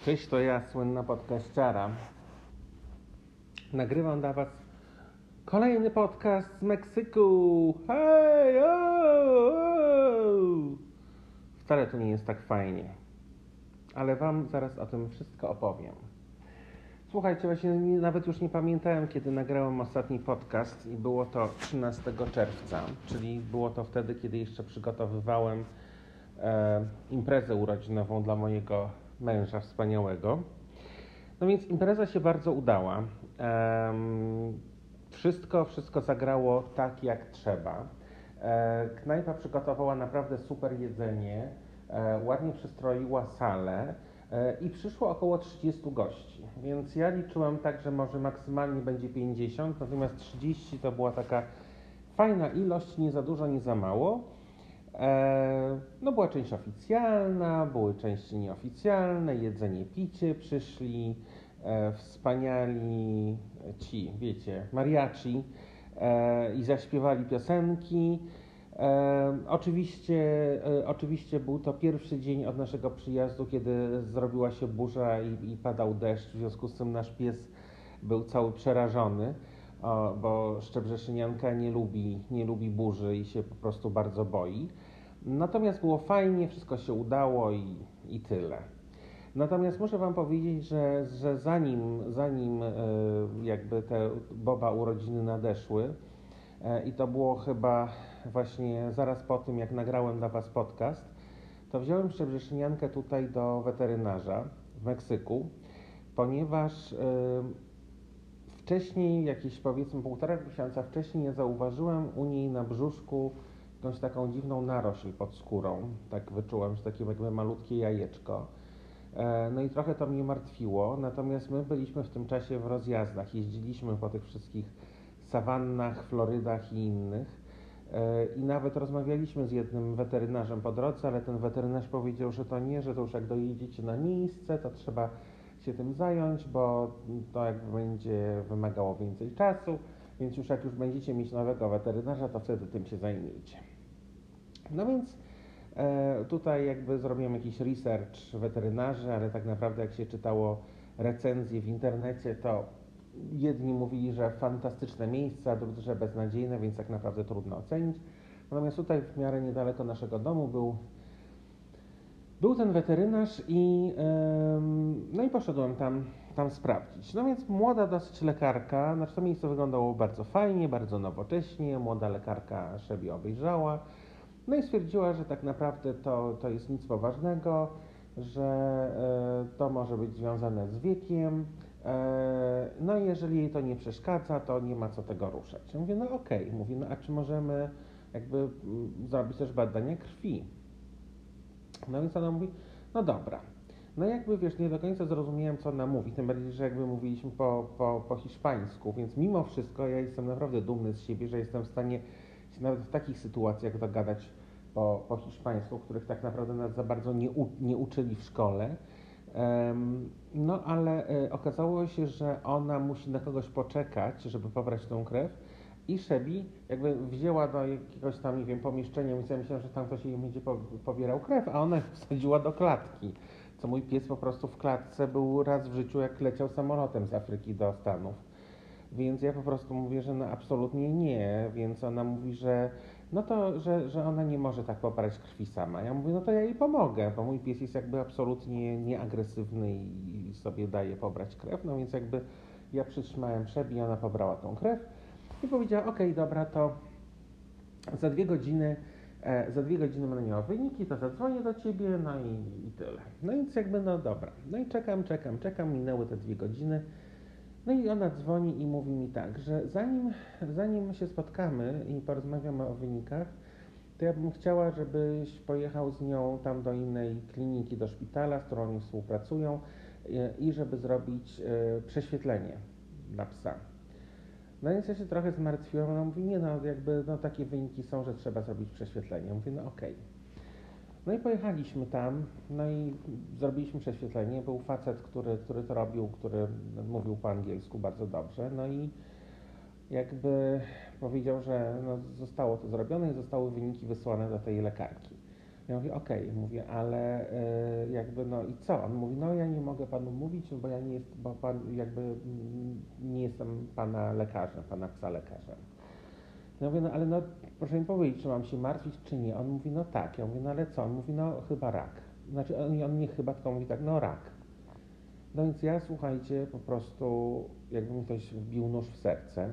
Cześć, to ja, słynna podcaściara. Nagrywam dla Was kolejny podcast z Meksyku. Hej, Wcale tu nie jest tak fajnie, ale Wam zaraz o tym wszystko opowiem. Słuchajcie, właśnie nawet już nie pamiętałem, kiedy nagrałem ostatni podcast i było to 13 czerwca, czyli było to wtedy, kiedy jeszcze przygotowywałem imprezę urodzinową dla mojego męża wspaniałego. No więc impreza się bardzo udała. Wszystko zagrało tak jak trzeba. Knajpa przygotowała naprawdę super jedzenie, ładnie przystroiła salę i przyszło około 30 gości. Więc ja liczyłem tak, że może maksymalnie będzie 50, natomiast 30 to była taka fajna ilość, nie za dużo, nie za mało. No była część oficjalna, były części nieoficjalne, jedzenie, picie, przyszli wspaniali ci, wiecie, mariachi i zaśpiewali piosenki. Oczywiście był to pierwszy dzień od naszego przyjazdu, kiedy zrobiła się burza i padał deszcz, w związku z tym nasz pies był cały przerażony, bo Szczebrzeszynianka nie lubi burzy i się po prostu bardzo boi. Natomiast było fajnie, wszystko się udało i tyle. Natomiast muszę Wam powiedzieć, że zanim jakby te Boba urodziny nadeszły, i to było chyba właśnie zaraz po tym, jak nagrałem dla Was podcast, to wziąłem Szczebrzeszyniankę tutaj do weterynarza w Meksyku, ponieważ wcześniej, jakieś powiedzmy 1,5 miesiąca wcześniej, ja zauważyłem u niej na brzuszku jakąś taką dziwną narośl pod skórą. Tak wyczułem, że takie jakby malutkie jajeczko. No i trochę to mnie martwiło, natomiast my byliśmy w tym czasie w rozjazdach, jeździliśmy po tych wszystkich sawannach, Florydach i innych i nawet rozmawialiśmy z jednym weterynarzem po drodze, ale ten weterynarz powiedział, że to nie, że to już jak dojedziecie na miejsce, to trzeba się tym zająć, bo to jakby będzie wymagało więcej czasu, więc jak już będziecie mieć nowego weterynarza, to wtedy tym się zajmiecie. No więc tutaj jakby zrobiłem jakiś research weterynarzy, ale tak naprawdę jak się czytało recenzje w internecie, to jedni mówili, że fantastyczne miejsca, drudzy, że beznadziejne, więc tak naprawdę trudno ocenić. Natomiast tutaj w miarę niedaleko naszego domu był ten weterynarz no i poszedłem tam sprawdzić. No więc młoda dosyć lekarka, znaczy to miejsce wyglądało bardzo fajnie, bardzo nowocześnie, młoda lekarka sobie obejrzała, no i stwierdziła, że tak naprawdę to jest nic poważnego, że to może być związane z wiekiem, no i jeżeli jej to nie przeszkadza, to nie ma co tego ruszać. Ja mówię, no okej, mówię, no a czy możemy jakby zrobić też badania krwi? No więc ona mówi, no dobra. No jakby wiesz, nie do końca zrozumiałem, co ona mówi, tym bardziej, że jakby mówiliśmy po hiszpańsku, więc mimo wszystko ja jestem naprawdę dumny z siebie, że jestem w stanie się nawet w takich sytuacjach dogadać po hiszpańsku, których tak naprawdę nas za bardzo nie uczyli w szkole. No ale okazało się, że ona musi na kogoś poczekać, żeby pobrać tą krew i Szebi jakby wzięła do jakiegoś tam, nie wiem, pomieszczenia, więc ja myślałem, że tam ktoś jej będzie pobierał krew, a ona ją wsadziła do klatki. Co mój pies po prostu w klatce był raz w życiu, jak leciał samolotem z Afryki do Stanów. Więc ja po prostu mówię, że no absolutnie nie, więc ona mówi, że no to, że ona nie może tak pobrać krwi sama. Ja mówię, no to ja jej pomogę, bo mój pies jest jakby absolutnie nieagresywny i sobie daje pobrać krew, no więc jakby ja przytrzymałem Szebi, ona pobrała tą krew i powiedziała, okej, dobra, to za 2 godziny będę miała wyniki, to zadzwonię do Ciebie, no i tyle. No więc jakby, no dobra. No i czekam, minęły te 2 godziny. No i ona dzwoni i mówi mi tak, że zanim się spotkamy i porozmawiamy o wynikach, to ja bym chciała, żebyś pojechał z nią tam do innej kliniki, do szpitala, z którą oni współpracują i żeby zrobić prześwietlenie dla psa. No więc ja się trochę zmartwiłam, ona mówi, nie no, jakby no, takie wyniki są, że trzeba zrobić prześwietlenie. Ja mówię, no okej. No i pojechaliśmy tam, no i zrobiliśmy prześwietlenie. Był facet, który to robił, który mówił po angielsku bardzo dobrze, no i jakby powiedział, że no, zostało to zrobione i zostały wyniki wysłane do tej lekarki. Ja mówię, okej, mówię, ale jakby no i co? On mówi, no ja nie mogę panu mówić, no bo ja nie jest, bo pan jakby nie jestem pana lekarzem, pana psa lekarzem. Ja mówię, no ale no proszę mi powiedzieć, czy mam się martwić, czy nie. On mówi, no tak. Ja mówię, no ale co? On mówi, no chyba rak. Znaczy on nie chyba, tylko mówi tak, no rak. No więc ja, słuchajcie, po prostu jakby mi ktoś wbił nóż w serce.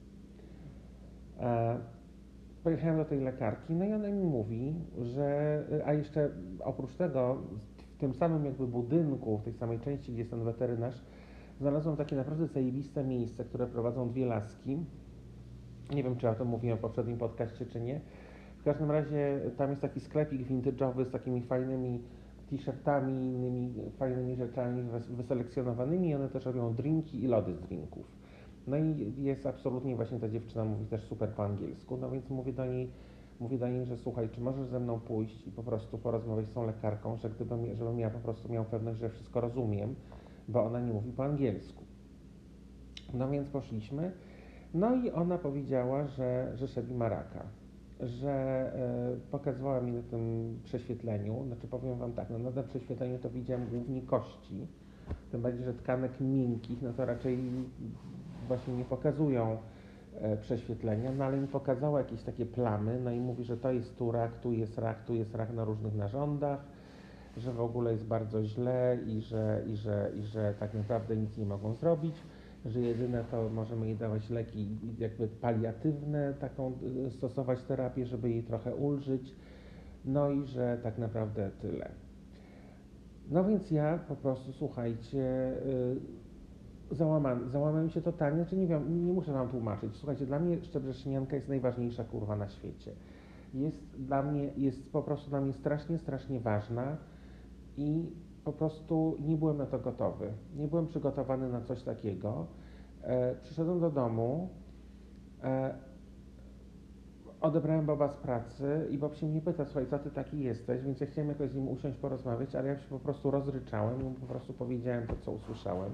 E, Pojechałem do tej lekarki, no i ona mi mówi, że, a jeszcze oprócz tego, w tym samym jakby budynku, w tej samej części, gdzie jest ten weterynarz, znalazłem takie naprawdę zajebiste miejsce, które prowadzą dwie laski. Nie wiem, czy ja o tym mówiłem w poprzednim podcaście, czy nie. W każdym razie tam jest taki sklepik vintage'owy z takimi fajnymi t-shirtami i innymi fajnymi rzeczami wyselekcjonowanymi. I one też robią drinki i lody z drinków. No i jest absolutnie, właśnie ta dziewczyna mówi też super po angielsku, no więc mówię do niej, że słuchaj, czy możesz ze mną pójść i po prostu porozmawiać z tą lekarką, że żebym ja po prostu miał pewność, że wszystko rozumiem, bo ona nie mówi po angielsku. No więc poszliśmy, no i ona powiedziała, że Szebi ma raka, że pokazywała mi na tym prześwietleniu, znaczy powiem wam tak, no na tym prześwietleniu to widziałem głównie kości, tym bardziej, że tkanek miękkich, no to raczej właśnie nie pokazują prześwietlenia, no ale mi pokazała jakieś takie plamy, no i mówi, że to jest tu jest rak na różnych narządach, że w ogóle jest bardzo źle i że tak naprawdę nic nie mogą zrobić, że jedyne to możemy jej dawać leki jakby paliatywne, taką stosować terapię, żeby jej trochę ulżyć, no i że tak naprawdę tyle. No więc ja po prostu, słuchajcie, załamałem się totalnie, czy nie wiem, nie muszę wam tłumaczyć. Słuchajcie, dla mnie szczebrzeszynianka jest najważniejsza kurwa na świecie. Jest po prostu dla mnie strasznie, strasznie ważna i po prostu nie byłem na to gotowy. Nie byłem przygotowany na coś takiego. Przyszedłem do domu, e, odebrałem Boba z pracy i Bob się mnie pyta, słuchaj, co ty taki jesteś, więc ja chciałem jakoś z nim usiąść, porozmawiać, ale ja się po prostu rozryczałem i mu po prostu powiedziałem to, co usłyszałem.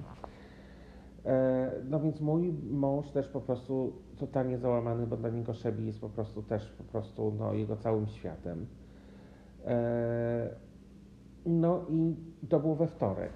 No więc mój mąż też po prostu totalnie załamany, bo dla niego Szebi jest po prostu też po prostu no, jego całym światem. E, No i to było we wtorek.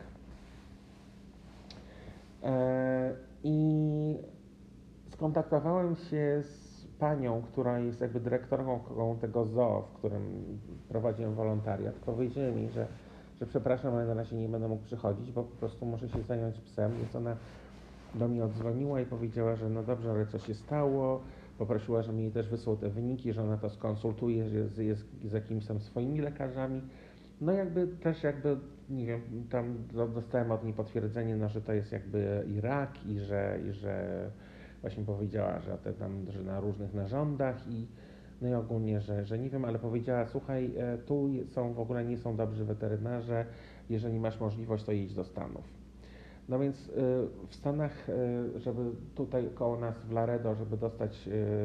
I skontaktowałem się z panią, która jest jakby dyrektorką tego zoo, w którym prowadziłem wolontariat. Powiedzieli mi, że przepraszam, ale na razie nie będę mógł przychodzić, bo po prostu muszę się zająć psem, więc ona do mnie odzwoniła i powiedziała, że no dobrze, ale co się stało. Poprosiła, żebym jej też wysłał te wyniki, że ona to skonsultuje z jakimiś tam swoimi lekarzami. No jakby też jakby, nie wiem, tam dostałem od niej potwierdzenie, no, że to jest jakby i rak i że właśnie powiedziała, że że na różnych narządach i no i ogólnie, że nie wiem, ale powiedziała, słuchaj, tu są w ogóle nie są dobrzy weterynarze, jeżeli masz możliwość, to jedź do Stanów. No więc w Stanach, żeby tutaj koło nas w Laredo, żeby dostać,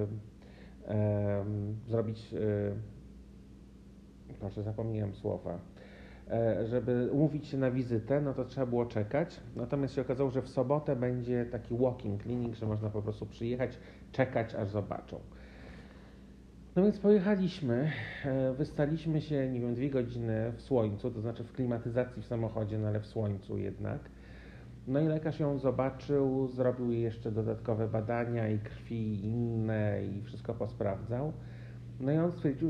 zrobić, proszę, zapomniałem słowa, żeby umówić się na wizytę, no to trzeba było czekać. Natomiast się okazało, że w sobotę będzie taki walk-in clinic, że można po prostu przyjechać, czekać, aż zobaczą. No więc pojechaliśmy, wystaliśmy się, nie wiem, 2 godziny w słońcu, to znaczy w klimatyzacji w samochodzie, no ale w słońcu jednak. No i lekarz ją zobaczył, zrobił jej jeszcze dodatkowe badania i krwi i inne i wszystko posprawdzał. No i on stwierdził,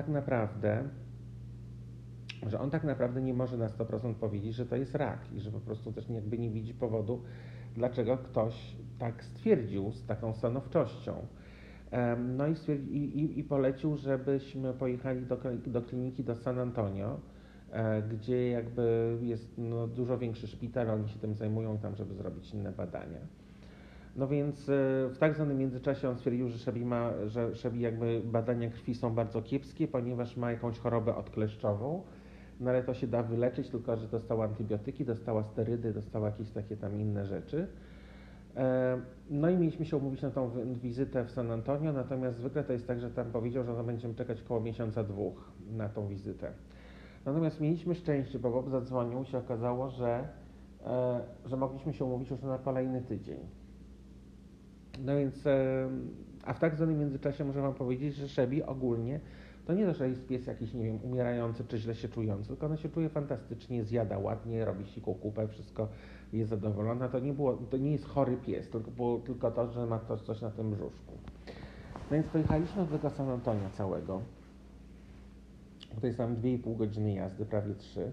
że on tak naprawdę nie może na 100% powiedzieć, że to jest rak i że po prostu też jakby nie widzi powodu, dlaczego ktoś tak stwierdził z taką stanowczością. No i polecił, żebyśmy pojechali do kliniki do San Antonio, gdzie jakby jest no, dużo większy szpital, oni się tym zajmują tam, żeby zrobić inne badania. No więc w tak zwanym międzyczasie on stwierdził, że Szebi jakby badania krwi są bardzo kiepskie, ponieważ ma jakąś chorobę odkleszczową, no ale to się da wyleczyć, tylko że dostała antybiotyki, dostała sterydy, dostała jakieś takie tam inne rzeczy. No i mieliśmy się umówić na tą wizytę w San Antonio, natomiast zwykle to jest tak, że tam powiedział, że będziemy czekać około miesiąca, 2 na tą wizytę. Natomiast mieliśmy szczęście, bo Bob zadzwonił i się okazało, że mogliśmy się umówić już na kolejny tydzień. No więc, a w tak zwanym międzyczasie muszę wam powiedzieć, że Szebi ogólnie to nie to, że jest pies jakiś, nie wiem, umierający czy źle się czujący, tylko ona się czuje fantastycznie, zjada ładnie, robi siku kupę, wszystko jest zadowolona. To nie jest chory pies, tylko to, że ma coś na tym brzuszku. No więc pojechaliśmy do tego San Antonio całego. To jest tam 2,5 godziny jazdy, prawie 3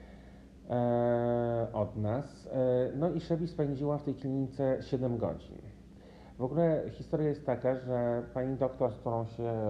od nas. No i Shelby spędziła w tej klinice 7 godzin. W ogóle historia jest taka, że pani doktor, z którą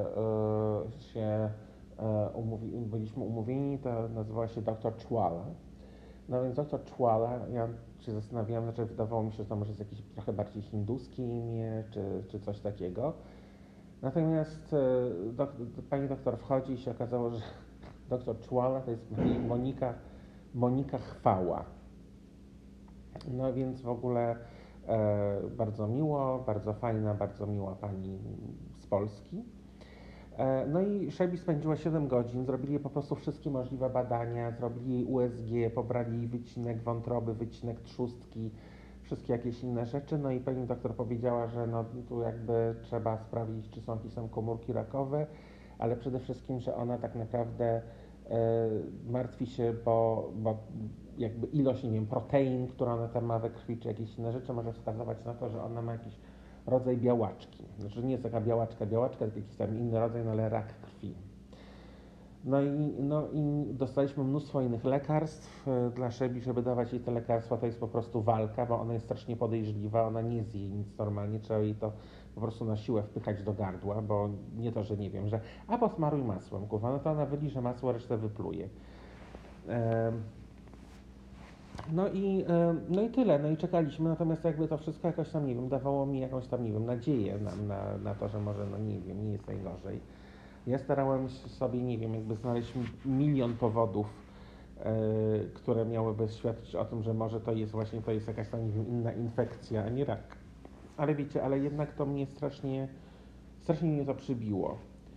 byliśmy umówieni, to nazywała się dr Chwala. No więc dr Chwala, ja się zastanawiałem, znaczy wydawało mi się, że to może jest jakieś trochę bardziej hinduskie imię, czy coś takiego. Natomiast pani doktor wchodzi i się okazało, że dr Chwala to jest Monika Chwała. No więc w ogóle bardzo miło, bardzo fajna, bardzo miła pani z Polski. No i Shelby spędziła 7 godzin, zrobili jej po prostu wszystkie możliwe badania, zrobili jej USG, pobrali jej wycinek wątroby, wycinek trzustki, wszystkie jakieś inne rzeczy. No i pani doktor powiedziała, że no tu jakby trzeba sprawdzić, czy są jakieś tam komórki rakowe, ale przede wszystkim, że ona tak naprawdę martwi się, bo jakby ilość, nie wiem, protein, które ona tam ma we krwi, czy jakieś inne rzeczy może wskazywać na to, że ona ma jakiś rodzaj białaczki. Znaczy nie jest taka białaczka, tylko jakiś tam inny rodzaj, no ale rak krwi. No i dostaliśmy mnóstwo innych lekarstw dla Shelby, żeby dawać jej te lekarstwa. To jest po prostu walka, bo ona jest strasznie podejrzliwa, ona nie zje nic normalnie, trzeba jej to po prostu na siłę wpychać do gardła, bo nie to, że nie wiem, że posmaruj masłem, kurwa, no to ona wyliże masło, resztę wypluje. No i tyle, no i czekaliśmy, natomiast jakby to wszystko jakoś tam, nie wiem, dawało mi jakąś tam, nie wiem, nadzieję na to, że może, no nie wiem, nie jest najgorzej. Ja starałem się sobie, nie wiem, jakby znaleźć milion powodów, które miałyby świadczyć o tym, że może to jest jakaś tam, nie wiem, inna infekcja, a nie rak. Ale wiecie, ale jednak to mnie strasznie mnie to przybiło.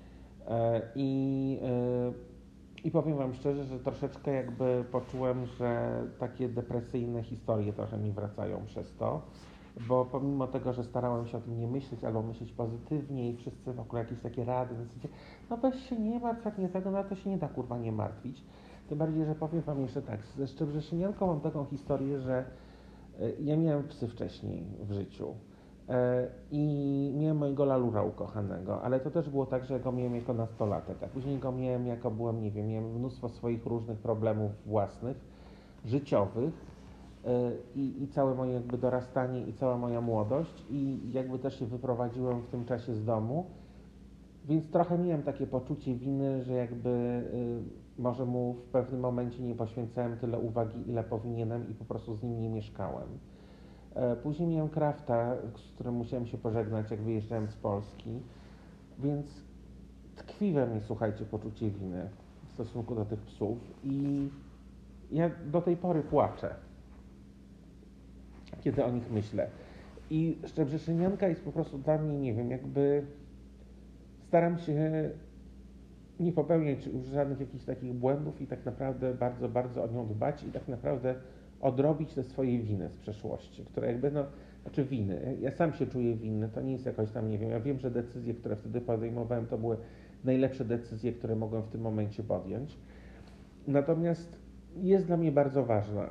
I powiem Wam szczerze, że troszeczkę jakby poczułem, że takie depresyjne historie trochę mi wracają przez to, bo pomimo tego, że starałem się o tym nie myśleć albo myśleć pozytywnie i wszyscy w ogóle jakieś takie rady, no weź się nie martw, jak nie tego, no to się nie da kurwa nie martwić. Tym bardziej, że powiem Wam jeszcze tak, ze Szczebrzeszynianką mam taką historię, że ja miałem psy wcześniej w życiu. I miałem mojego lalura ukochanego, ale to też było tak, że go miałem jako nastolatek, a później go miałem jako byłem, nie wiem, miałem mnóstwo swoich różnych problemów własnych, życiowych i całe moje jakby dorastanie i cała moja młodość i jakby też się wyprowadziłem w tym czasie z domu, więc trochę miałem takie poczucie winy, że jakby może mu w pewnym momencie nie poświęcałem tyle uwagi, ile powinienem i po prostu z nim nie mieszkałem. Później miałem Krafta, z którym musiałem się pożegnać, jak wyjeżdżałem z Polski, więc tkwi we mnie, słuchajcie, poczucie winy w stosunku do tych psów i ja do tej pory płaczę, kiedy o nich myślę. I Szczebrzeszynianka jest po prostu dla mnie, nie wiem, jakby staram się nie popełniać już żadnych jakichś takich błędów i tak naprawdę bardzo, bardzo o nią dbać i tak naprawdę odrobić te swoje winy z przeszłości, które jakby, no, znaczy winy, ja sam się czuję winny, to nie jest jakoś tam, nie wiem, ja wiem, że decyzje, które wtedy podejmowałem, to były najlepsze decyzje, które mogłem w tym momencie podjąć, natomiast jest dla mnie bardzo ważna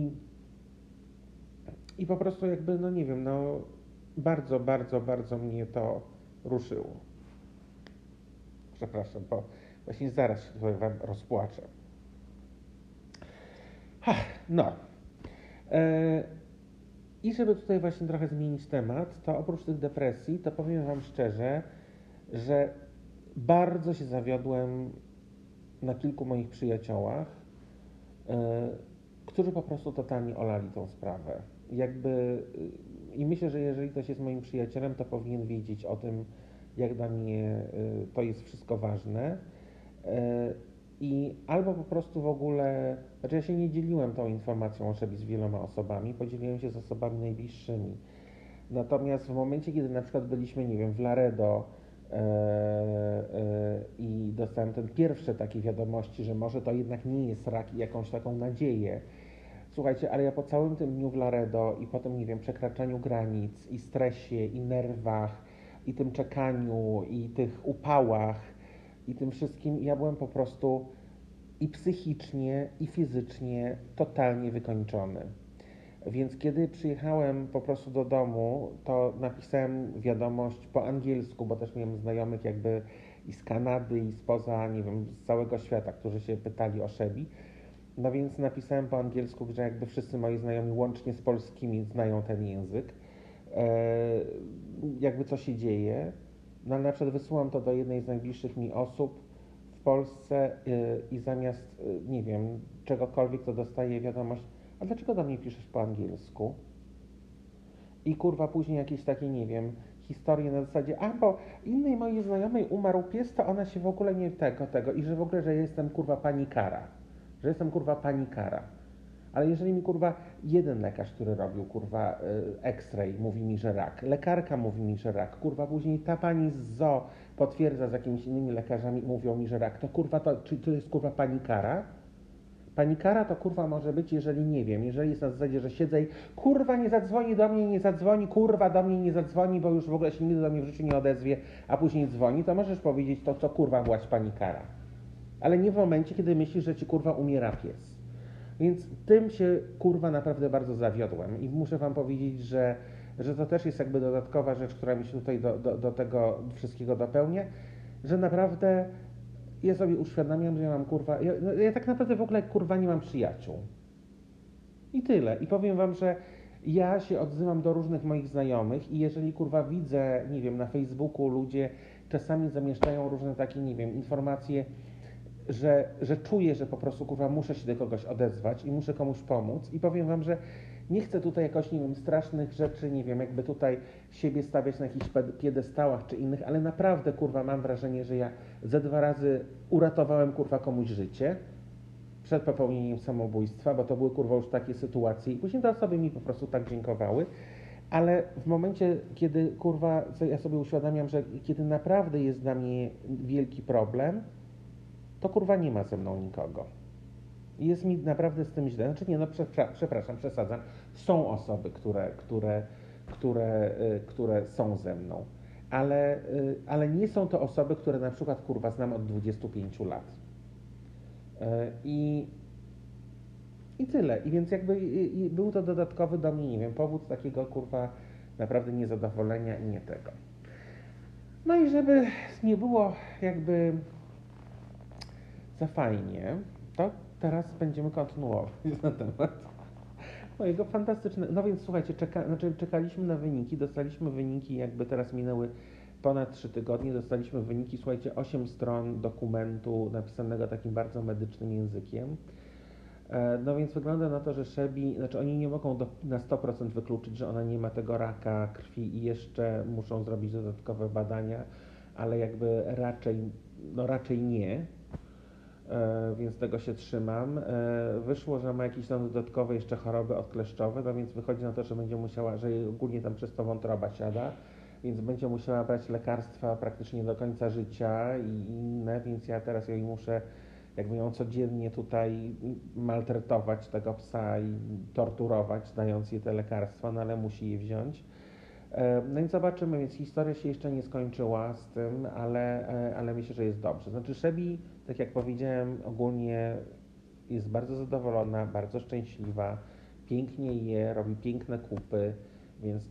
i po prostu jakby, no nie wiem, no bardzo, bardzo, bardzo mnie to ruszyło. Przepraszam, bo właśnie zaraz się tutaj Wam rozpłaczę. No. I żeby tutaj właśnie trochę zmienić temat, to oprócz tych depresji, to powiem Wam szczerze, że bardzo się zawiodłem na kilku moich przyjaciołach, którzy po prostu totalnie olali tą sprawę. I myślę, że jeżeli ktoś jest moim przyjacielem, to powinien wiedzieć o tym, jak dla mnie to jest wszystko ważne. I albo po prostu w ogóle, znaczy ja się nie dzieliłem tą informacją o sobie z wieloma osobami, podzieliłem się z osobami najbliższymi. Natomiast w momencie, kiedy na przykład byliśmy, nie wiem, w Laredo i dostałem te pierwsze takie wiadomości, że może to jednak nie jest rak i jakąś taką nadzieję. Słuchajcie, ale ja po całym tym dniu w Laredo i potem, nie wiem, przekraczaniu granic i stresie i nerwach i tym czekaniu i tych upałach i tym wszystkim ja byłem po prostu i psychicznie, i fizycznie totalnie wykończony. Więc kiedy przyjechałem po prostu do domu, to napisałem wiadomość po angielsku, bo też miałem znajomych jakby i z Kanady, i spoza, nie wiem, z całego świata, którzy się pytali o Szebi. No więc napisałem po angielsku, że jakby wszyscy moi znajomi, łącznie z polskimi, znają ten język. Jakby co się dzieje. No ale na przykład wysyłam to do jednej z najbliższych mi osób w Polsce i zamiast, nie wiem, czegokolwiek, to dostaję wiadomość: a dlaczego do mnie piszesz po angielsku? I kurwa później jakieś takie, nie wiem, historie na zasadzie: a bo innej mojej znajomej umarł pies, to ona się w ogóle nie tego i że w ogóle, że jestem kurwa panikara. Że jestem kurwa panikara. Ale jeżeli mi kurwa jeden lekarz, który robił kurwa X-ray, mówi mi, że rak, lekarka mówi mi, że rak, kurwa później ta pani z zoo potwierdza z jakimiś innymi lekarzami, mówią mi, że rak, to kurwa czy to jest kurwa panikara? Panikara to kurwa może być, jeżeli nie wiem, jeżeli jest na zasadzie, że siedzę i kurwa nie zadzwoni do mnie, nie zadzwoni, kurwa do mnie nie zadzwoni, bo już w ogóle się nigdy do mnie w życiu nie odezwie, a później dzwoni, to możesz powiedzieć to, co kurwa byłaś panikara. Ale nie w momencie, kiedy myślisz, że ci kurwa umiera pies. Więc tym się kurwa naprawdę bardzo zawiodłem i muszę wam powiedzieć, że to też jest jakby dodatkowa rzecz, która mi się tutaj do tego wszystkiego dopełnia, że naprawdę ja sobie uświadamiam, że ja mam kurwa, ja tak naprawdę w ogóle kurwa nie mam przyjaciół. I tyle. I powiem wam, że ja się odzywam do różnych moich znajomych i jeżeli kurwa widzę, nie wiem, na Facebooku ludzie czasami zamieszczają różne takie, nie wiem, informacje, że czuję, że po prostu kurwa muszę się do kogoś odezwać i muszę komuś pomóc i powiem wam, że nie chcę tutaj jakoś, nie wiem, strasznych rzeczy, nie wiem, jakby tutaj siebie stawiać na jakichś piedestałach czy innych, ale naprawdę kurwa mam wrażenie, że ja ze 2 razy uratowałem kurwa komuś życie przed popełnieniem samobójstwa, bo to były kurwa już takie sytuacje i później te osoby mi po prostu tak dziękowały, ale w momencie, kiedy kurwa ja sobie uświadamiam, że kiedy naprawdę jest dla mnie wielki problem, to kurwa nie ma ze mną nikogo. I jest mi naprawdę z tym źle. Znaczy nie, no przepraszam, przesadzam. Są osoby, które są ze mną. Ale nie są to osoby, które na przykład kurwa znam od 25 lat. I tyle. I więc jakby był to dodatkowy do mnie, nie wiem, powód takiego kurwa naprawdę niezadowolenia i nie tego. No i żeby nie było jakby za fajnie, to teraz będziemy kontynuować na temat mojego fantastycznego. No więc słuchajcie, czekaliśmy na wyniki, dostaliśmy wyniki, jakby teraz minęły ponad 3 tygodnie, dostaliśmy wyniki, słuchajcie, 8 stron dokumentu napisanego takim bardzo medycznym językiem. No więc wygląda na to, że Szebi, znaczy oni nie mogą na 100% wykluczyć, że ona nie ma tego raka krwi i jeszcze muszą zrobić dodatkowe badania, ale jakby raczej nie. Więc tego się trzymam. Wyszło, że ma jakieś tam dodatkowe jeszcze choroby odkleszczowe, no więc wychodzi na to, że będzie musiała, że jej ogólnie tam przez to wątroba siada, więc będzie musiała brać lekarstwa praktycznie do końca życia i inne, więc ja teraz jej muszę jakby ją codziennie tutaj maltretować, tego psa, i torturować, dając jej te lekarstwa, no ale musi je wziąć. No więc zobaczymy, więc historia się jeszcze nie skończyła z tym, ale myślę, że jest dobrze. Znaczy Szebi, tak jak powiedziałem, ogólnie jest bardzo zadowolona, bardzo szczęśliwa, pięknie je, robi piękne kupy, więc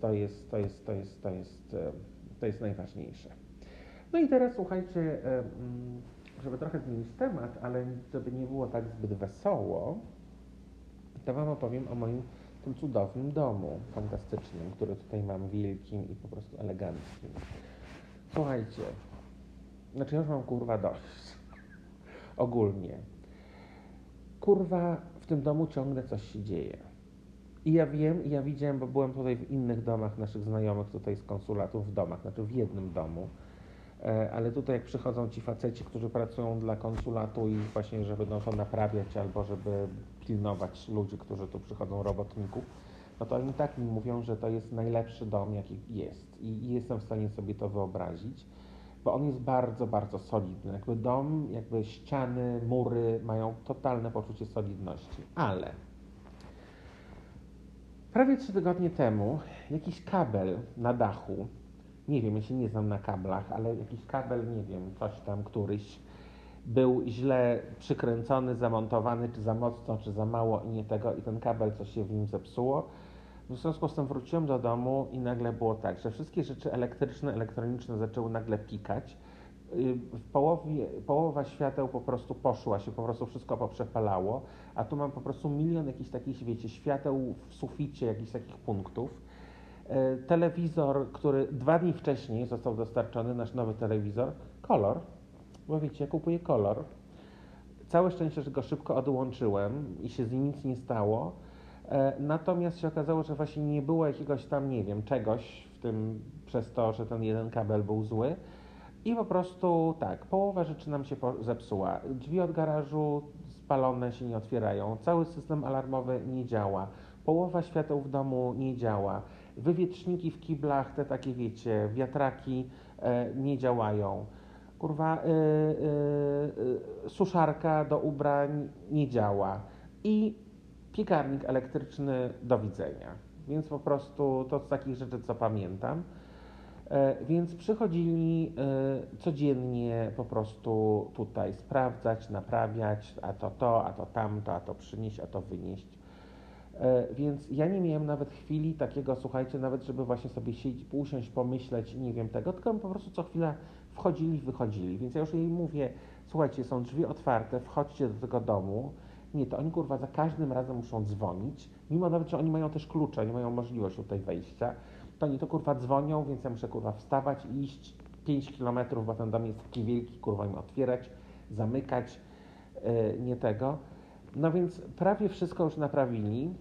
to jest najważniejsze. No i teraz słuchajcie, żeby trochę zmienić temat, ale żeby nie było tak zbyt wesoło, to wam opowiem o moim tym cudownym domu fantastycznym, który tutaj mam, wielkim i po prostu eleganckim. Słuchajcie, znaczy ja już mam kurwa dość. Ogólnie. Kurwa, w tym domu ciągle coś się dzieje. I ja wiem, i ja widziałem, bo byłem tutaj w innych domach naszych znajomych tutaj z konsulatów, w domach, znaczy w jednym domu. Ale tutaj jak przychodzą ci faceci, którzy pracują dla konsulatu i właśnie, żeby to naprawiać albo żeby pilnować ludzi, którzy tu przychodzą, robotników, no to oni tak mi mówią, że to jest najlepszy dom, jaki jest. I jestem w stanie sobie to wyobrazić, bo on jest bardzo, bardzo solidny. Jakby dom, jakby ściany, mury mają totalne poczucie solidności. Ale prawie 3 tygodnie temu jakiś kabel na dachu, nie wiem, ja się nie znam na kablach, ale jakiś kabel, nie wiem, coś tam, któryś, był źle przykręcony, zamontowany, czy za mocno, czy za mało i nie tego, i ten kabel coś się w nim zepsuło. W związku z tym wróciłem do domu i nagle było tak, że wszystkie rzeczy elektryczne, elektroniczne zaczęły nagle pikać. Połowa świateł po prostu poszła się, po prostu wszystko poprzepalało, a tu mam po prostu milion jakichś takich, wiecie, świateł w suficie, jakichś takich punktów. Telewizor, który 2 dni wcześniej został dostarczony, nasz nowy telewizor, kolor, bo wiecie, ja kupuję kolor. Całe szczęście, że go szybko odłączyłem i się z nim nic nie stało. Natomiast się okazało, że właśnie nie było jakiegoś tam, nie wiem, czegoś w tym, przez to, że ten jeden kabel był zły. I po prostu tak, połowa rzeczy nam się zepsuła. Drzwi od garażu spalone się nie otwierają, cały system alarmowy nie działa, połowa świateł w domu nie działa, wywietrzniki w kiblach, te takie wiecie, wiatraki nie działają. Kurwa, suszarka do ubrań nie działa i piekarnik elektryczny do widzenia. Więc po prostu to z takich rzeczy, co pamiętam. Więc przychodzili codziennie po prostu tutaj sprawdzać, naprawiać, a to tamto, a to przynieść, a to wynieść. Więc ja nie miałem nawet chwili takiego, słuchajcie, nawet żeby właśnie sobie siedzieć, usiąść, pomyśleć, nie wiem tego, tylko po prostu co chwila wchodzili, wychodzili. Więc ja już jej mówię, słuchajcie, są drzwi otwarte, wchodźcie do tego domu. Nie, to oni kurwa za każdym razem muszą dzwonić, mimo nawet, że oni mają też klucze, nie mają możliwości tutaj wejścia, to oni to kurwa dzwonią, więc ja muszę kurwa wstawać i iść 5 kilometrów, bo ten dom jest taki wielki, kurwa im otwierać, zamykać, nie tego. No więc prawie wszystko już naprawili,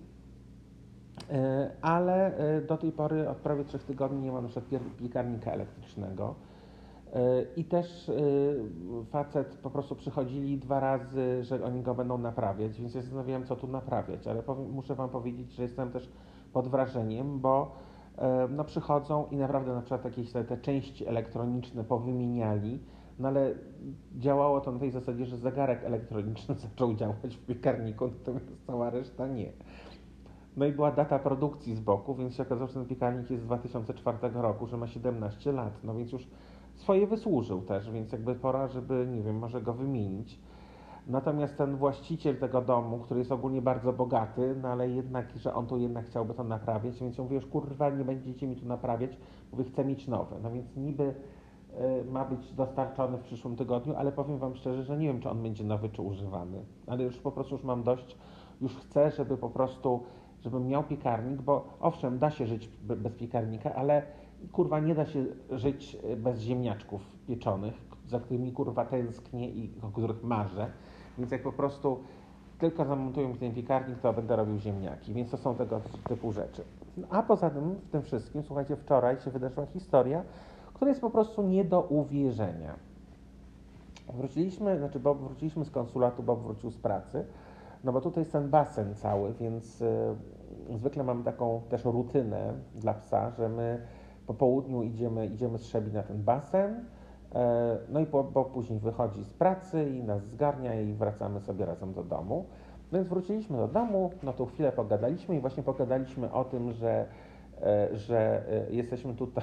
ale do tej pory od prawie 3 tygodni nie ma na przykład piekarnika elektrycznego. I też facet po prostu przychodzili 2 razy, że oni go będą naprawiać, więc ja zastanawiałem, co tu naprawiać, ale muszę wam powiedzieć, że jestem też pod wrażeniem, bo no przychodzą i naprawdę na przykład jakieś te części elektroniczne powymieniali, no ale działało to na tej zasadzie, że zegarek elektroniczny zaczął działać w piekarniku, natomiast cała reszta nie. No i była data produkcji z boku, więc się okazało, że ten piekarnik jest z 2004 roku, że ma 17 lat, no więc już swoje wysłużył też, więc jakby pora, żeby, nie wiem, może go wymienić. Natomiast ten właściciel tego domu, który jest ogólnie bardzo bogaty, no ale jednak, że on tu jednak chciałby to naprawiać, więc ja mówię, już kurwa, nie będziecie mi tu naprawiać, mówię, chcę mieć nowe. No więc niby ma być dostarczony w przyszłym tygodniu, ale powiem wam szczerze, że nie wiem, czy on będzie nowy, czy używany. Ale już po prostu już mam dość, już chcę, żeby po prostu, żebym miał piekarnik, bo owszem, da się żyć bez piekarnika, ale kurwa nie da się żyć bez ziemniaczków pieczonych, za którymi kurwa tęsknię i o których marzę. Więc jak po prostu tylko zamontują mi ten piekarnik, to będę robił ziemniaki. Więc to są tego typu rzeczy. A poza tym, w tym wszystkim, słuchajcie, wczoraj się wydarzyła historia, która jest po prostu nie do uwierzenia. Bob wróciliśmy z konsulatu, Bob wrócił z pracy, no bo tutaj jest ten basen cały, więc zwykle mamy taką też rutynę dla psa, że my po południu idziemy z Szebi na ten basen, no i Bob później wychodzi z pracy i nas zgarnia i wracamy sobie razem do domu. No więc wróciliśmy do domu, no to chwilę pogadaliśmy i właśnie pogadaliśmy o tym, że jesteśmy tutaj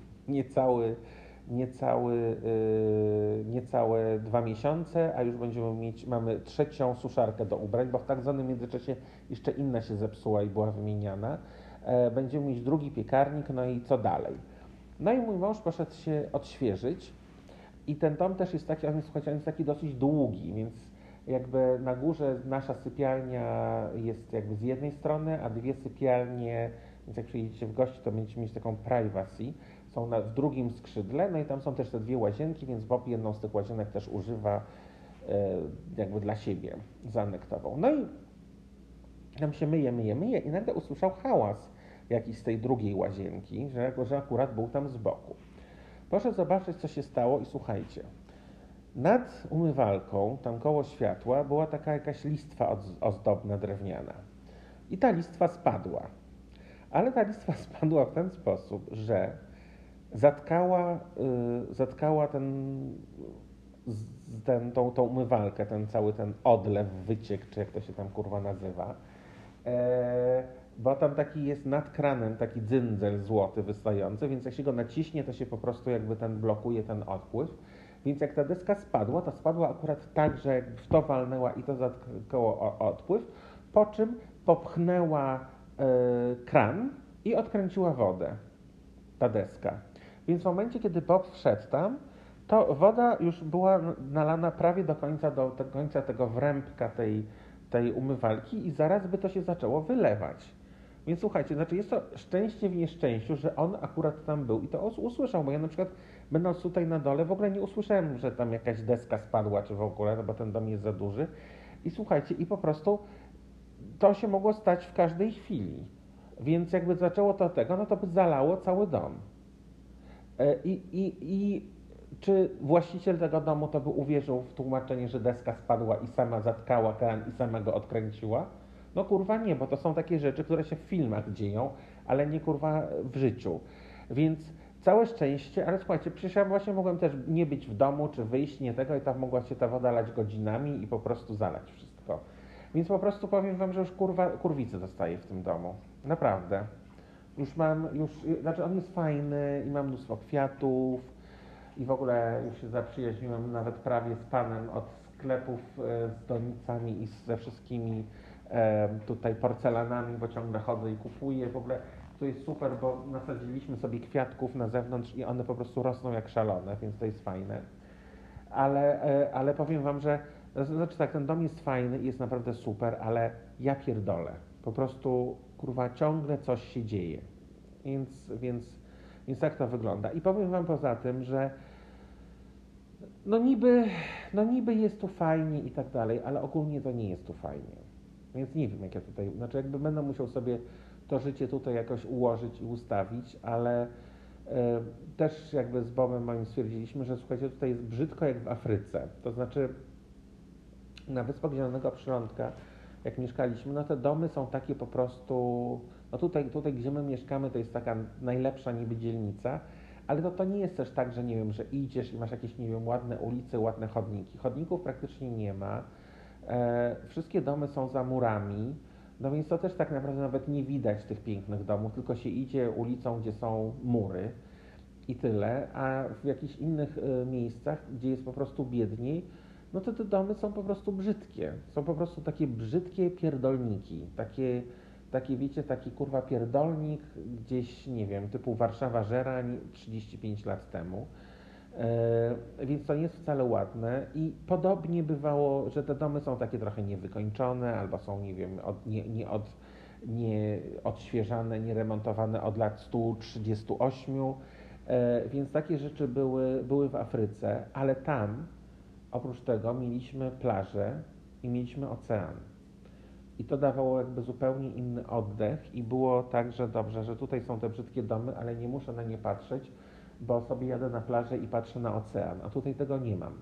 niecałe 2 miesiące, a już mamy 3. suszarkę do ubrań, bo w tak zwanym międzyczasie jeszcze inna się zepsuła i była wymieniana. Będziemy mieć 2. piekarnik, no i co dalej? No i mój mąż poszedł się odświeżyć i ten dom też jest taki, on jest taki dosyć długi, więc jakby na górze nasza sypialnia jest jakby z jednej strony, a 2 sypialnie, więc jak przyjedziecie w gości, to będziecie mieć taką privacy, są w drugim skrzydle, no i tam są też te 2 łazienki, więc Bob jedną z tych łazienek też używa jakby dla siebie, zaanektował. No i tam się myje i nagle usłyszał hałas jakiś z tej drugiej łazienki, że akurat był tam z boku. Proszę zobaczyć, co się stało i słuchajcie. Nad umywalką, tam koło światła, była taka jakaś listwa ozdobna, drewniana. I ta listwa spadła. Ale ta listwa spadła w ten sposób, że zatkała tą umywalkę, ten cały ten odlew, wyciek, czy jak to się tam kurwa nazywa. Bo tam taki jest nad kranem taki dzyndzel złoty wystający, więc jak się go naciśnie, to się po prostu jakby blokuje ten odpływ. Więc jak ta deska spadła, to spadła akurat tak, że jakby w to walnęła i to zatkało odpływ, po czym popchnęła kran i odkręciła wodę, ta deska. Więc w momencie, kiedy Bob wszedł tam, to woda już była nalana prawie do końca tego wrębka tej umywalki i zaraz by to się zaczęło wylewać. Więc słuchajcie, znaczy jest to szczęście w nieszczęściu, że on akurat tam był i to usłyszał, bo ja na przykład będąc tutaj na dole w ogóle nie usłyszałem, że tam jakaś deska spadła czy w ogóle, no bo ten dom jest za duży. I słuchajcie, i po prostu to się mogło stać w każdej chwili. Więc jakby zaczęło to od tego, no to by zalało cały dom. I czy właściciel tego domu to by uwierzył w tłumaczenie, że deska spadła i sama zatkała kran i sama go odkręciła? No kurwa nie, bo to są takie rzeczy, które się w filmach dzieją, ale nie kurwa w życiu. Więc całe szczęście, ale słuchajcie, przecież ja właśnie mogłem też nie być w domu, czy wyjść, nie tego i tam mogła się ta woda lać godzinami i po prostu zalać wszystko. Więc po prostu powiem wam, że już kurwicy dostaję w tym domu. Naprawdę. Znaczy on jest fajny i mam mnóstwo kwiatów i w ogóle już się zaprzyjaźniłem nawet prawie z panem od sklepów z donicami i ze wszystkimi tutaj porcelanami, bo ciągle chodzę i kupuję. W ogóle to jest super, bo nasadziliśmy sobie kwiatków na zewnątrz i one po prostu rosną jak szalone, więc to jest fajne. Ale powiem wam, że znaczy tak, ten dom jest fajny i jest naprawdę super, ale ja pierdolę. Po prostu kurwa ciągle coś się dzieje. Więc, więc, więc tak to wygląda. I powiem wam poza tym, że no niby jest tu fajnie i tak dalej, ale ogólnie to nie jest tu fajnie. Więc nie wiem, jak ja tutaj, znaczy jakby będę musiał sobie to życie tutaj jakoś ułożyć i ustawić, ale też jakby z Bobem moim stwierdziliśmy, że słuchajcie, tutaj jest brzydko jak w Afryce. To znaczy na Wyspach Zielonego Przylądka, jak mieszkaliśmy, no te domy są takie po prostu, no tutaj gdzie my mieszkamy, to jest taka najlepsza niby dzielnica, ale to nie jest też tak, że nie wiem, że idziesz i masz jakieś, nie wiem, ładne ulice, ładne chodniki. Chodników praktycznie nie ma. Wszystkie domy są za murami, no więc to też tak naprawdę nawet nie widać tych pięknych domów, tylko się idzie ulicą, gdzie są mury i tyle, a w jakichś innych miejscach, gdzie jest po prostu biedniej, no to te domy są po prostu brzydkie. Są po prostu takie brzydkie pierdolniki. Takie wiecie, taki kurwa pierdolnik gdzieś, nie wiem, typu Warszawa Żerań 35 lat temu. Więc to nie jest wcale ładne i podobnie bywało, że te domy są takie trochę niewykończone albo są, nie wiem, nie odświeżane, nie remontowane od lat 138, więc takie rzeczy były w Afryce, ale tam oprócz tego mieliśmy plażę i mieliśmy ocean. I to dawało jakby zupełnie inny oddech i było tak, że dobrze, że tutaj są te brzydkie domy, ale nie muszę na nie patrzeć, bo sobie jadę na plażę i patrzę na ocean, a tutaj tego nie mam.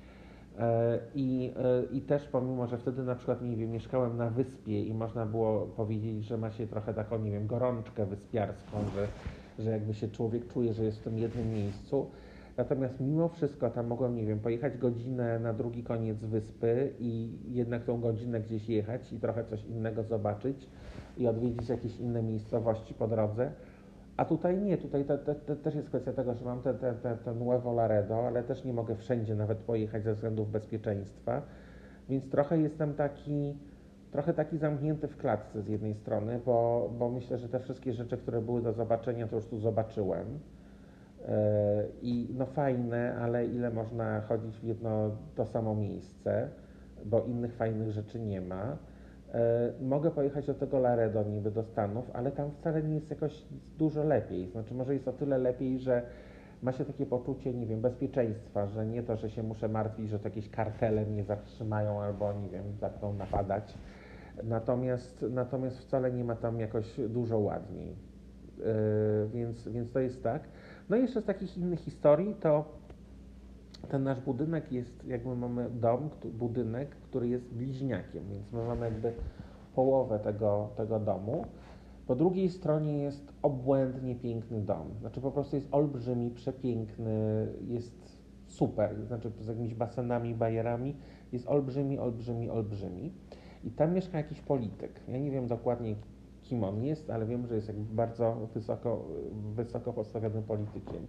I też pomimo, że wtedy na przykład, nie wiem, mieszkałem na wyspie i można było powiedzieć, że ma się trochę taką, nie wiem, gorączkę wyspiarską, że jakby się człowiek czuje, że jest w tym jednym miejscu. Natomiast mimo wszystko tam mogłem, nie wiem, pojechać godzinę na drugi koniec wyspy i jednak tą godzinę gdzieś jechać i trochę coś innego zobaczyć i odwiedzić jakieś inne miejscowości po drodze. A tutaj nie, tutaj też jest kwestia tego, że mam te Nuevo Laredo, ale też nie mogę wszędzie nawet pojechać ze względów bezpieczeństwa, więc trochę taki zamknięty w klatce z jednej strony, bo myślę, że te wszystkie rzeczy, które były do zobaczenia, to już tu zobaczyłem. I no fajne, ale ile można chodzić w jedno to samo miejsce, bo innych fajnych rzeczy nie ma. Mogę pojechać do tego Laredo niby do Stanów, ale tam wcale nie jest jakoś dużo lepiej. Znaczy może jest o tyle lepiej, że ma się takie poczucie, nie wiem, bezpieczeństwa, że nie to, że się muszę martwić, że to jakieś kartele mnie zatrzymają albo, nie wiem, zaczną napadać. Natomiast wcale nie ma tam jakoś dużo ładniej. Więc to jest tak. No i jeszcze z takich innych historii, to ten nasz budynek jest, jakby mamy budynek, który jest bliźniakiem, więc my mamy jakby połowę tego domu. Po drugiej stronie jest obłędnie piękny dom. Znaczy po prostu jest olbrzymi, przepiękny, jest super, znaczy z jakimiś basenami, bajerami, jest olbrzymi, olbrzymi, olbrzymi. I tam mieszka jakiś polityk. Ja nie wiem dokładnie, kim on jest, ale wiem, że jest jakby bardzo wysoko postawionym politykiem.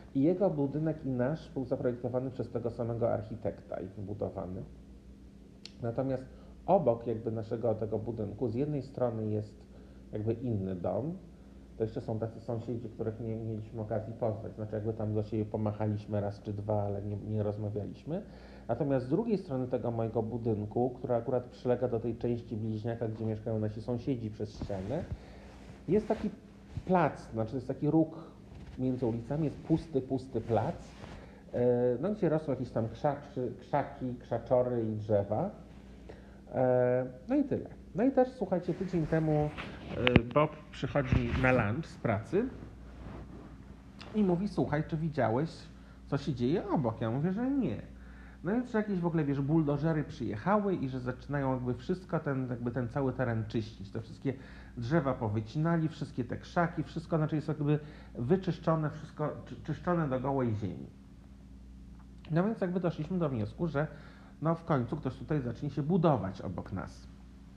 I jego budynek i nasz był zaprojektowany przez tego samego architekta i wybudowany. Natomiast obok jakby naszego tego budynku z jednej strony jest jakby inny dom. To jeszcze są tacy sąsiedzi, których nie mieliśmy okazji poznać. Znaczy jakby tam do siebie pomachaliśmy raz czy dwa, ale nie rozmawialiśmy. Natomiast z drugiej strony tego mojego budynku, która akurat przylega do tej części bliźniaka, gdzie mieszkają nasi sąsiedzi przez ścianę, jest taki plac, znaczy jest taki róg między ulicami, jest pusty plac, no gdzie rosły jakieś tam krzaki, krzaczory i drzewa. No i tyle. No i też, słuchajcie, tydzień temu Bob przychodzi na lunch z pracy i mówi, słuchaj, czy widziałeś, co się dzieje obok? Ja mówię, że nie. No więc, że jakieś w ogóle, wiesz, buldożery przyjechały i że zaczynają jakby wszystko, ten cały teren czyścić. Te wszystkie drzewa powycinali, wszystkie te krzaki, wszystko, znaczy jest jakby wyczyszczone, wszystko czyszczone do gołej ziemi. No więc jakby doszliśmy do wniosku, że no w końcu ktoś tutaj zacznie się budować obok nas.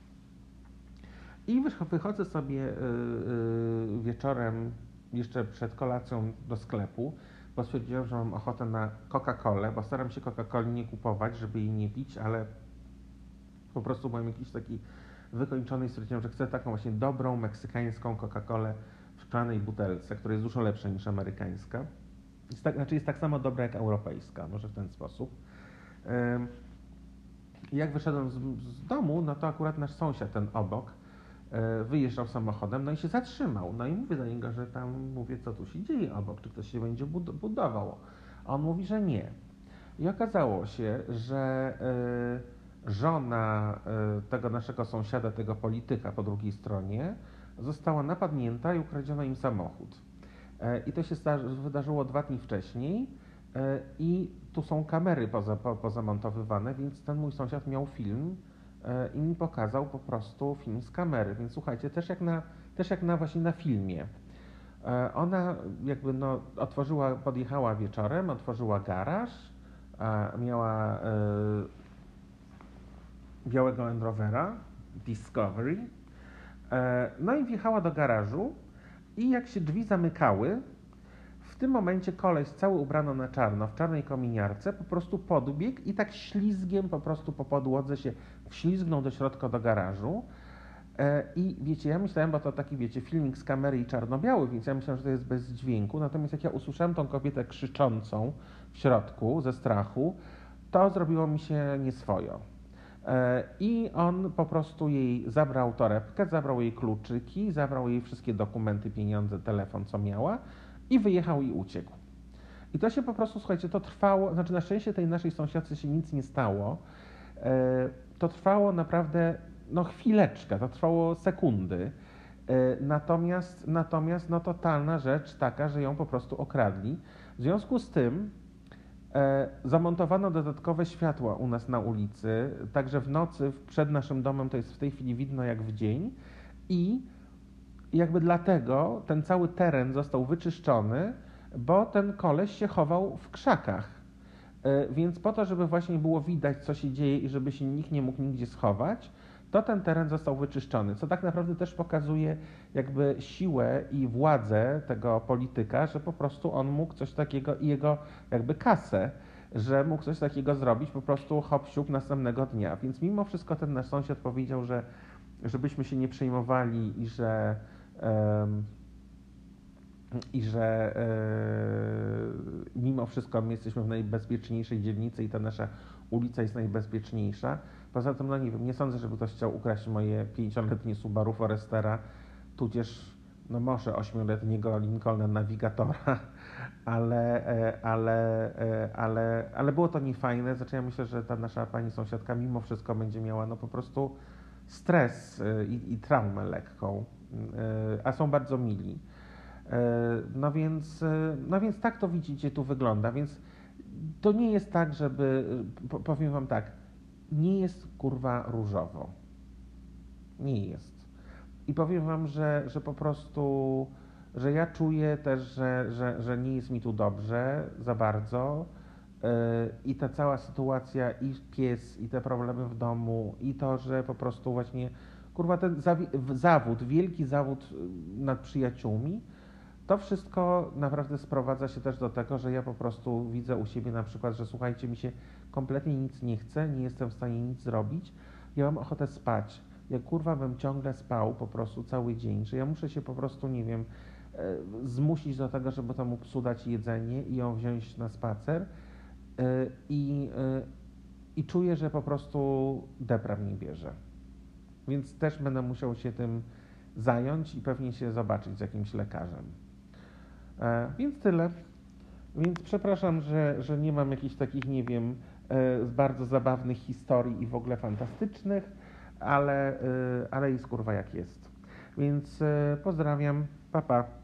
I wychodzę sobie wieczorem, jeszcze przed kolacją do sklepu, bo stwierdziłem, że mam ochotę na Coca-Colę, bo staram się Coca-Coli nie kupować, żeby jej nie pić, ale po prostu byłem jakiś taki wykończony i stwierdziłem, że chcę taką właśnie dobrą, meksykańską Coca-Colę w szklanej butelce, która jest dużo lepsza niż amerykańska. Jest tak samo dobra jak europejska, może w ten sposób. Jak wyszedłem z domu, no to akurat nasz sąsiad, ten obok, wyjeżdżał samochodem, no i się zatrzymał. No i mówię do niego, że tam, mówię, co tu się dzieje obok, czy ktoś się będzie budował. A on mówi, że nie. I okazało się, że żona tego naszego sąsiada, tego polityka po drugiej stronie, została napadnięta i ukradziono im samochód. I to się wydarzyło 2 dni wcześniej i tu są kamery pozamontowywane, więc ten mój sąsiad miał film i mi pokazał po prostu film z kamery, więc słuchajcie, też jak na właśnie na filmie. Ona jakby no podjechała wieczorem, otworzyła garaż, miała białego Land Rovera, Discovery, no i wjechała do garażu i jak się drzwi zamykały, w tym momencie koleś cały ubrany na czarno, w czarnej kominiarce, po prostu podbiegł i tak ślizgiem po prostu po podłodze się wślizgnął do środka do garażu. I wiecie, ja myślałem, bo to taki, wiecie, filmik z kamery i czarno-biały, więc ja myślałem, że to jest bez dźwięku, natomiast jak ja usłyszałem tą kobietę krzyczącą w środku ze strachu, to zrobiło mi się nieswojo. I on po prostu jej zabrał torebkę, zabrał jej kluczyki, zabrał jej wszystkie dokumenty, pieniądze, telefon, co miała i wyjechał i uciekł. I to się po prostu, słuchajcie, to trwało, znaczy na szczęście tej naszej sąsiadce się nic nie stało. To trwało naprawdę, no chwileczkę, to trwało sekundy. Natomiast no totalna rzecz taka, że ją po prostu okradli. W związku z tym zamontowano dodatkowe światła u nas na ulicy, także w nocy przed naszym domem to jest w tej chwili widno jak w dzień i jakby dlatego ten cały teren został wyczyszczony, bo ten koleś się chował w krzakach. Więc po to, żeby właśnie było widać, co się dzieje i żeby się nikt nie mógł nigdzie schować, to ten teren został wyczyszczony, co tak naprawdę też pokazuje jakby siłę i władzę tego polityka, że po prostu on mógł coś takiego i jego jakby kasę, że mógł coś takiego zrobić po prostu hop siup następnego dnia. Więc mimo wszystko ten nasz sąsiad powiedział, że żebyśmy się nie przejmowali i że mimo wszystko my jesteśmy w najbezpieczniejszej dzielnicy i ta nasza ulica jest najbezpieczniejsza. Poza tym, no nie wiem, nie sądzę, żeby ktoś chciał ukraść moje 5-letnie Subaru Forestera, tudzież no może 8-letniego Lincolna Navigatora, ale było to niefajne. Znaczy ja myślę, że ta nasza pani sąsiadka mimo wszystko będzie miała no po prostu stres i traumę lekką, a są bardzo mili. No więc tak to widzicie, tu wygląda, więc to nie jest tak, żeby, powiem wam tak, nie jest kurwa różowo. Nie jest. I powiem wam, że po prostu, że ja czuję też, że nie jest mi tu dobrze za bardzo i ta cała sytuacja i pies, i te problemy w domu, i to, że po prostu właśnie, kurwa, ten zawód, wielki zawód nad przyjaciółmi, To wszystko naprawdę sprowadza się też do tego, że ja po prostu widzę u siebie na przykład, że słuchajcie, mi się kompletnie nic nie chce, nie jestem w stanie nic zrobić, ja mam ochotę spać. Ja kurwa bym ciągle spał po prostu cały dzień, że ja muszę się po prostu, nie wiem, zmusić do tego, żeby temu psu dać jedzenie i ją wziąć na spacer e, i, e, i czuję, że po prostu depra mnie bierze. Więc też będę musiał się tym zająć i pewnie się zobaczyć z jakimś lekarzem. Więc tyle. Więc przepraszam, że nie mam jakichś takich, nie wiem, bardzo zabawnych historii i w ogóle fantastycznych, ale jest kurwa jak jest. Więc pozdrawiam, pa pa.